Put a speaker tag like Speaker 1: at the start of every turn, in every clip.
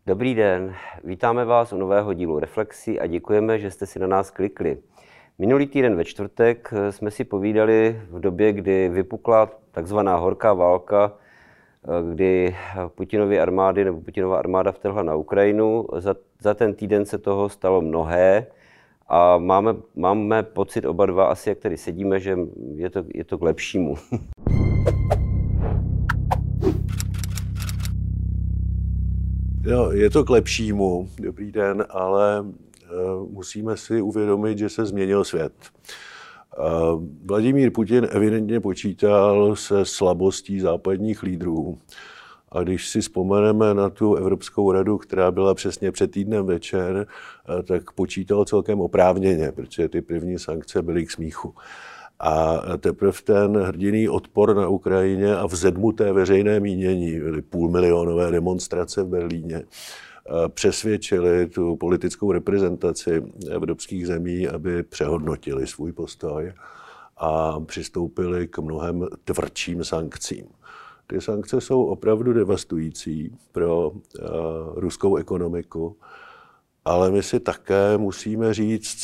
Speaker 1: Dobrý den, vítáme vás u nového dílu Reflexí a děkujeme, že jste si na nás klikli. Minulý týden ve čtvrtek jsme si povídali v době, kdy vypukla takzvaná horká válka, kdy Putinova armáda vtrhla na Ukrajinu. Za ten týden se toho stalo mnohé a máme pocit oba dva, asi jak tady sedíme, že je to k lepšímu.
Speaker 2: Jo, je to k lepšímu, dobrý den, ale musíme si uvědomit, že se změnil svět. Vladimír Putin evidentně počítal se slabostí západních lídrů. A když si vzpomeneme na tu Evropskou radu, která byla přesně před týdnem večer, tak počítal celkem oprávněně, protože ty první sankce byly k smíchu. A teprve ten hrdinný odpor na Ukrajině a vzedmuté veřejné mínění, byly půlmilionové demonstrace v Berlíně, přesvědčili tu politickou reprezentaci evropských zemí, aby přehodnotili svůj postoj a přistoupili k mnohem tvrdším sankcím. Ty sankce jsou opravdu devastující pro ruskou ekonomiku, ale my si také musíme říct,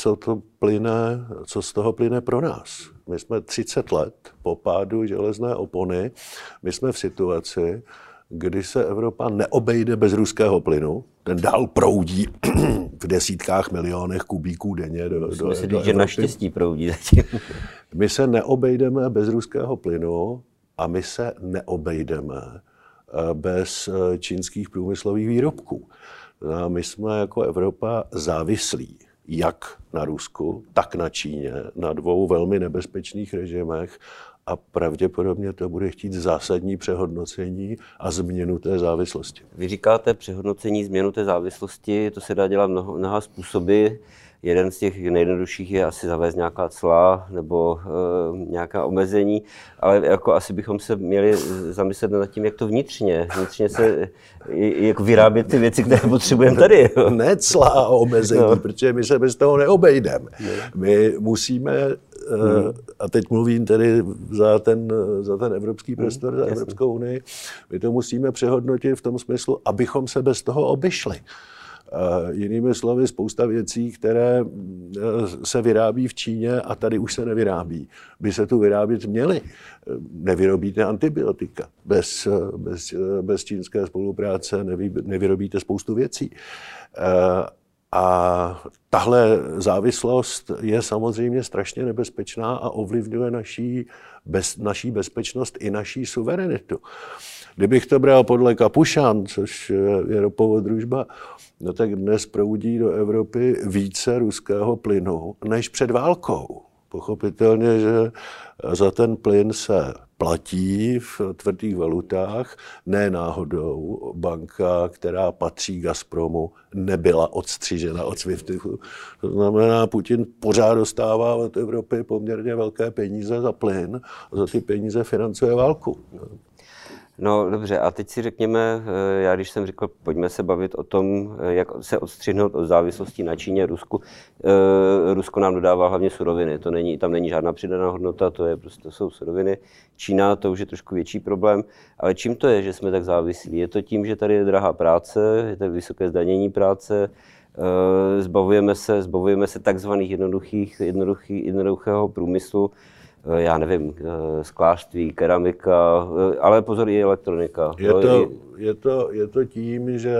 Speaker 2: co z toho plyne pro nás. My jsme 30 let po pádu železné opony, my jsme v situaci, kdy se Evropa neobejde bez ruského plynu, ten dál proudí v desítkách milionech kubíků denně do Evropy.
Speaker 1: Že naštěstí proudí zatím.
Speaker 2: My se neobejdeme bez ruského plynu a my se neobejdeme bez čínských průmyslových výrobků. A my jsme jako Evropa závislí jak na Rusku, tak na Číně, na dvou velmi nebezpečných režimech a pravděpodobně to bude chtít zásadní přehodnocení a změnu té závislosti.
Speaker 1: Vy říkáte přehodnocení, změnu té závislosti, to se dá dělat mnoha způsoby. Jeden z těch nejjednodušších je asi zavést nějaká cla nebo nějaká omezení, ale jako asi bychom se měli zamyslet nad tím, jak to vnitřně se jak vyrábět ty věci, které potřebujeme tady. Jo.
Speaker 2: Ne cla a omezení, protože my se bez toho neobejdeme. My musíme, a teď mluvím tedy za ten evropský prostor, za Evropskou unii, my to musíme přehodnotit v tom smyslu, abychom se bez toho obešli. Jinými slovy, spousta věcí, které se vyrábí v Číně a tady už se nevyrábí, by se tu vyrábět měly. Nevyrobíte antibiotika. Bez čínské spolupráce nevyrobíte spoustu věcí. A tahle závislost je samozřejmě strašně nebezpečná a ovlivňuje naší bezpečnost i naší suverenitu. Kdybych to bral podle Kapušan, což je ropovod družba, no tak dnes proudí do Evropy více ruského plynu než před válkou. Pochopitelně, že za ten plyn se platí v tvrdých valutách. Ne náhodou banka, která patří Gazpromu, nebyla odstřižena od SWIFTu. To znamená, Putin pořád dostává od Evropy poměrně velké peníze za plyn a za ty peníze financuje válku.
Speaker 1: No dobře, a teď si řekněme, já když jsem řekl, pojďme se bavit o tom, jak se odstřihnout od závislosti na Číně, Rusku. Rusko nám dodává hlavně suroviny, tam není žádná přidaná hodnota, to jsou suroviny. Čína, to už je trošku větší problém, ale čím to je, že jsme tak závislí? Je to tím, že tady je drahá práce, je tady vysoké zdanění práce, zbavujeme se takzvaných jednoduchého průmyslu, já nevím, sklářství, keramika, ale pozor, i elektronika.
Speaker 2: Je to tím, že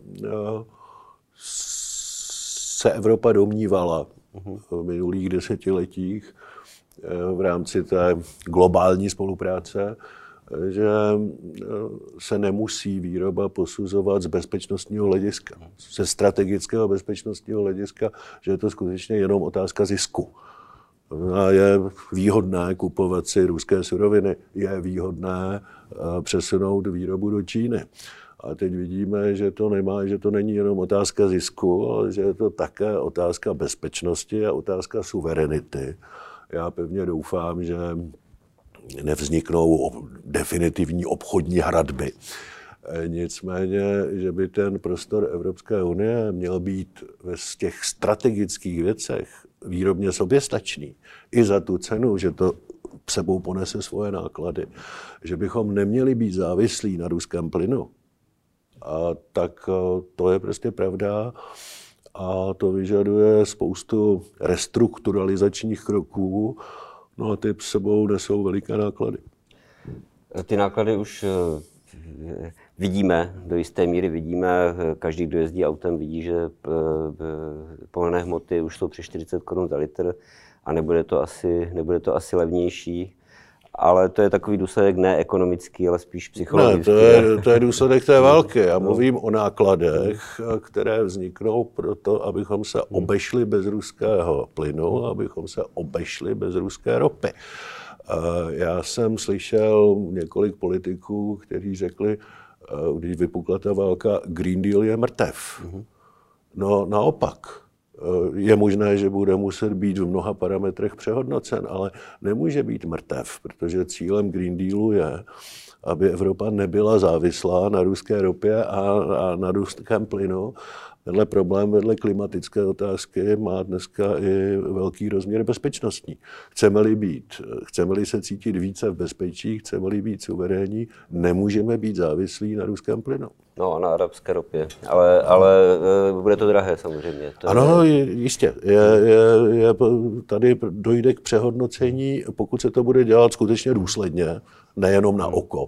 Speaker 2: se Evropa domnívala v minulých desetiletích v rámci té globální spolupráce, že se nemusí výroba posuzovat z bezpečnostního hlediska, ze strategického bezpečnostního hlediska, že je to skutečně jenom otázka zisku. A je výhodné kupovat si ruské suroviny, je výhodné přesunout výrobu do Číny. A teď vidíme, že to není jenom otázka zisku, ale že je to také otázka bezpečnosti a otázka suverenity. Já pevně doufám, že nevzniknou definitivní obchodní hradby. Nicméně, že by ten prostor Evropské unie měl být v těch strategických věcech výrobně soběstačný. I za tu cenu, že to sebou ponese svoje náklady. Že bychom neměli být závislí na ruském plynu, tak to je prostě pravda a to vyžaduje spoustu restrukturalizačních kroků, no a ty s sebou nesou veliké náklady.
Speaker 1: Ty náklady už vidíme, do jisté míry vidíme, každý, kdo jezdí autem, vidí, že pohonné hmoty už jsou přes 40 Kč za litr a nebude to asi levnější. Ale to je takový důsledek ne ekonomický, ale spíš psychologický.
Speaker 2: Ne, to je důsledek té války. Já mluvím o nákladech, které vzniknou proto, abychom se obešli bez ruského plynu, abychom se obešli bez ruské ropy. Já jsem slyšel několik politiků, kteří řekli, když vypukla ta válka, Green Deal je mrtev. No naopak. Je možné, že bude muset být v mnoha parametrech přehodnocen, ale nemůže být mrtev, protože cílem Green Dealu je, aby Evropa nebyla závislá na ruské ropě a na ruském plynu. Tenhle problém vedle klimatické otázky má dneska i velký rozměr bezpečnostní. Chceme-li se cítit více v bezpečí, chceme-li být suverénní, nemůžeme být závislí na ruském plynu.
Speaker 1: No a na arabské ropě, ale bude to drahé samozřejmě.
Speaker 2: Ano, jistě. Tady dojde k přehodnocení, pokud se to bude dělat skutečně důsledně, nejenom na oko.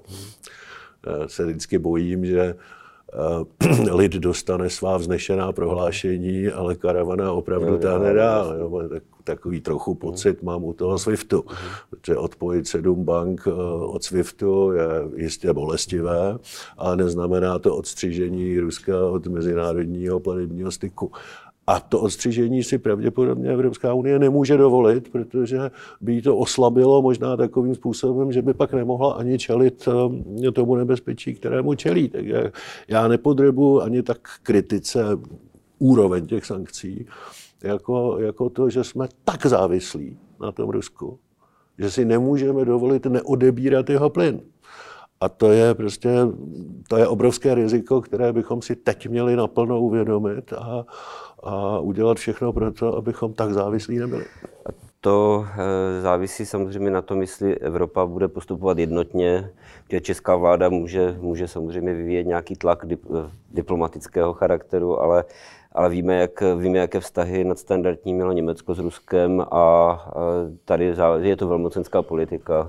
Speaker 2: Se vždycky bojím, že lid dostane svá vznešená prohlášení, ale karavana opravdu ta nedá. Takový trochu pocit mám u toho SWIFTu, protože odpojit 7 bank od SWIFTu je jistě bolestivé, ale neznamená to odstřižení Ruska od mezinárodního platebního styku. A to odstřižení si pravděpodobně Evropská unie nemůže dovolit, protože by jí to oslabilo možná takovým způsobem, že by pak nemohla ani čelit tomu nebezpečí, kterému čelí. Takže já nepodrobuji ani tak kritice úroveň těch sankcí, jako to, že jsme tak závislí na tom Rusku, že si nemůžeme dovolit neodebírat jeho plyn. A to je obrovské riziko, které bychom si teď měli naplno uvědomit a udělat všechno pro to, abychom tak závislí nebyli.
Speaker 1: A to závisí samozřejmě na tom, jestli Evropa bude postupovat jednotně, že česká vláda může samozřejmě vyvíjet nějaký tlak diplomatického charakteru, ale víme, jaké vztahy nadstandardní mělo Německo s Ruskem a tady je to velmocenská politika.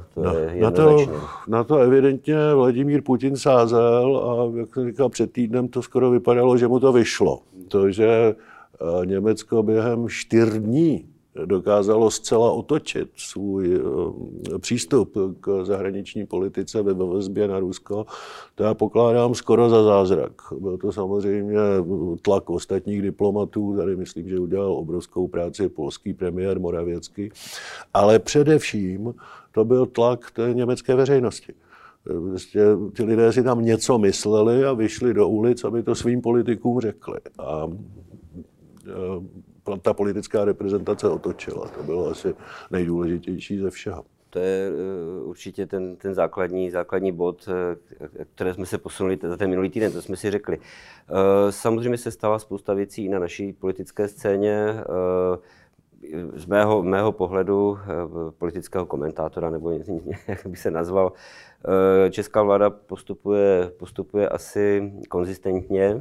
Speaker 2: Na to evidentně Vladimír Putin sázel a jak jsem říkal, před týdnem to skoro vypadalo, že mu to vyšlo. To, že Německo během 4 dní dokázalo zcela otočit svůj přístup k zahraniční politice ve vazbě na Rusko, to já pokládám skoro za zázrak. Byl to samozřejmě tlak ostatních diplomatů, tady myslím, že udělal obrovskou práci polský premiér Morawiecki, ale především to byl tlak té německé veřejnosti. Prostě ty lidé si tam něco mysleli a vyšli do ulic, aby to svým politikům řekli. A ta politická reprezentace otočila. To bylo asi nejdůležitější ze všeho.
Speaker 1: To je určitě ten základní bod, které jsme se posunuli za ten minulý týden, to jsme si řekli. Samozřejmě se stala spousta věcí i na naší politické scéně. Z mého pohledu politického komentátora, nebo jak by se nazval, česká vláda postupuje asi konzistentně.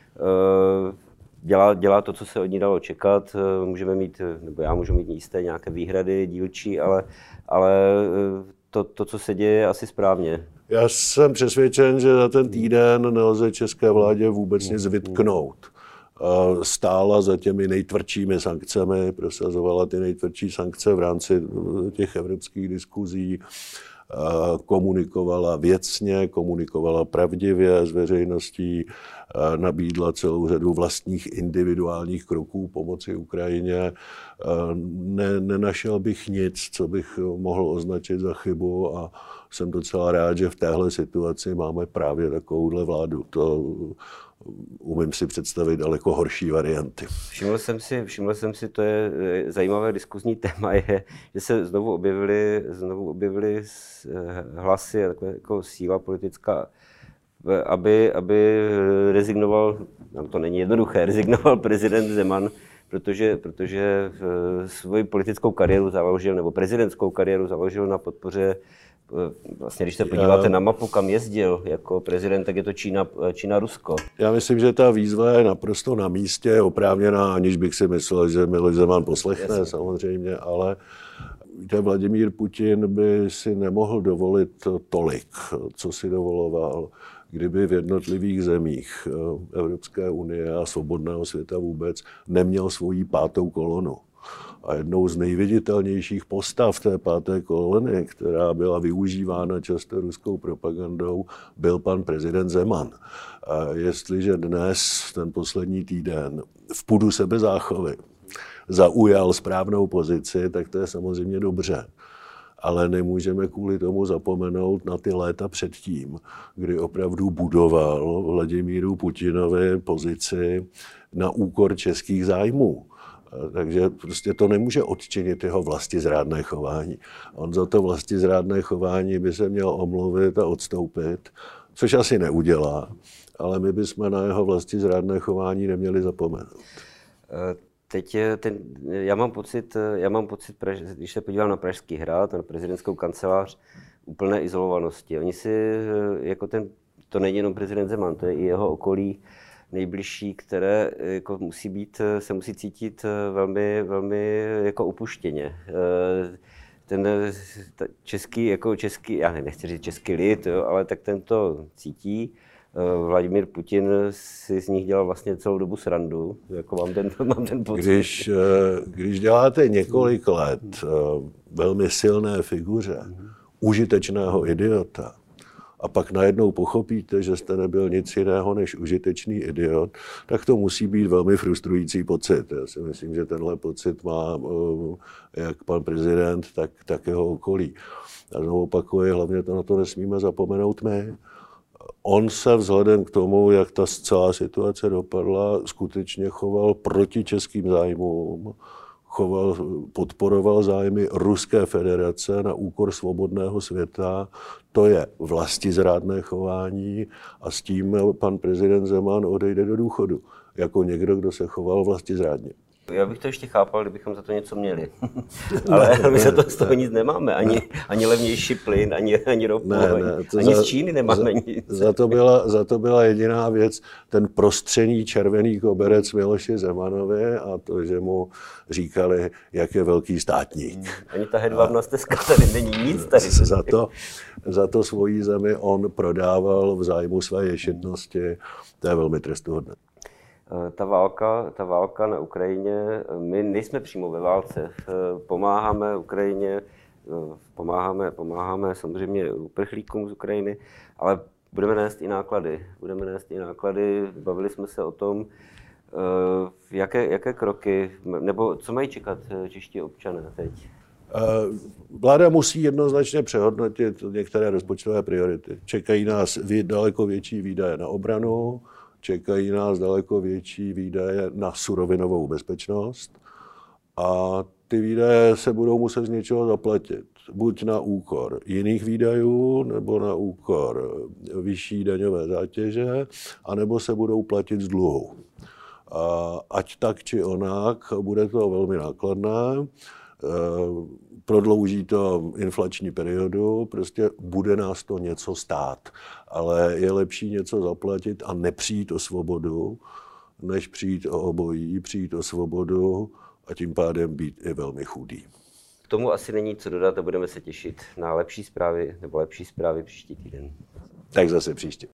Speaker 1: Dělá to, co se od ní dalo čekat. Já můžu mít jisté nějaké výhrady dílčí, ale to, co se děje, je asi správně.
Speaker 2: Já jsem přesvědčen, že za ten týden nelze české vládě vůbec nic vytknout. Stála za těmi nejtvrdšími sankcemi, prosazovala ty nejtvrdší sankce v rámci těch evropských diskuzí, komunikovala věcně, komunikovala pravdivě s veřejností, nabídla celou řadu vlastních individuálních kroků pomoci Ukrajině. Nenašel bych nic, co bych mohl označit za chybu a jsem docela rád, že v téhle situaci máme právě takovouhle vládu. To umím si představit daleko horší varianty.
Speaker 1: Všiml jsem si, to je zajímavé diskuzní téma, je, že se znovu objevily hlasy, jako síla politická, aby rezignoval, to není jednoduché, rezignoval prezident Zeman, protože svoji politickou kariéru založil, nebo prezidentskou kariéru založil na podpoře Vlastně, když se podíváte na mapu, kam jezdil jako prezident, tak je to Čína, Rusko.
Speaker 2: Já myslím, že ta výzva je naprosto na místě, oprávněná, aniž bych si myslel, že Miloš Zeman poslechne. Jasně. Samozřejmě, ale víte, Vladimír Putin by si nemohl dovolit tolik, co si dovoloval, kdyby v jednotlivých zemích Evropské unie a svobodného světa vůbec neměl svoji pátou kolonu. A jednou z nejviditelnějších postav té páté kolony, která byla využívána často ruskou propagandou, byl pan prezident Zeman. A jestliže dnes, ten poslední týden, v pudu sebezáchovy zaujal správnou pozici, tak to je samozřejmě dobře. Ale nemůžeme kvůli tomu zapomenout na ty léta předtím, kdy opravdu budoval Vladimíru Putinovi pozici na úkor českých zájmů. Takže prostě to nemůže odčinit jeho vlastizrádné chování. On za to vlastizrádné chování by se měl omluvit a odstoupit, což asi neudělá, ale my bychom na jeho vlastizrádné chování neměli zapomenout.
Speaker 1: Teď já mám pocit, když se podívám na Pražský hrad, na prezidentskou kancelář, úplné izolovanosti. Oni si, jako to není jenom prezident Zeman, to je i jeho okolí nejbližší, které jako se musí cítit velmi, velmi jako upuštěně. Ten český, já nechci říct český lid, jo, ale tak ten to cítí. Vladimír Putin si z nich dělal vlastně celou dobu srandu, jako mám ten pocit.
Speaker 2: Když děláte několik let velmi silné figuře, užitečného idiota, a pak najednou pochopíte, že jste nebyl nic jiného než užitečný idiot, tak to musí být velmi frustrující pocit. Já si myslím, že tenhle pocit má jak pan prezident, tak jeho okolí. A znovu opakuji, hlavně na to nesmíme zapomenout my. On se vzhledem k tomu, jak ta celá situace dopadla, skutečně choval proti českým zájmům, podporoval zájmy Ruské federace na úkor svobodného světa. To je vlastizrádné chování a s tím pan prezident Zeman odejde do důchodu, jako někdo, kdo se choval vlastizrádně.
Speaker 1: Já bych to ještě chápal, kdybychom za to něco měli. Ale my z toho nic nemáme. Ani levnější plyn, ani ropu, ani z Číny nemáme nic.
Speaker 2: Za to byla jediná věc, ten prostřený červený koberec Miloši Zemanovi a to, že mu říkali, jak je velký státník.
Speaker 1: Ani ta hedvábná stezka tady není nic tady.
Speaker 2: Za to svojí zemi on prodával v zájmu své ješitnosti. To je velmi trestuhodné.
Speaker 1: Ta válka na Ukrajině, my nejsme přímo ve válce, pomáháme Ukrajině, pomáháme samozřejmě uprchlíkům z Ukrajiny, ale budeme nést i náklady. Bavili jsme se o tom, jaké kroky, nebo co mají čekat čeští občané teď.
Speaker 2: Vláda musí jednoznačně přehodnotit některé rozpočtové priority. Čekají nás daleko větší výdaje na obranu, čekají nás daleko větší výdaje na surovinovou bezpečnost a ty výdaje se budou muset z něčeho zaplatit. Buď na úkor jiných výdajů, nebo na úkor vyšší daňové zátěže, anebo se budou platit z dluhu. Ať tak, či onak, bude to velmi nákladné, prodlouží to inflační periodu, prostě bude nás to něco stát. Ale je lepší něco zaplatit a nepřijít o svobodu, než přijít o obojí, přijít o svobodu a tím pádem být i velmi chudý.
Speaker 1: K tomu asi není co dodat a budeme se těšit na lepší zprávy příští týden.
Speaker 2: Tak zase příště.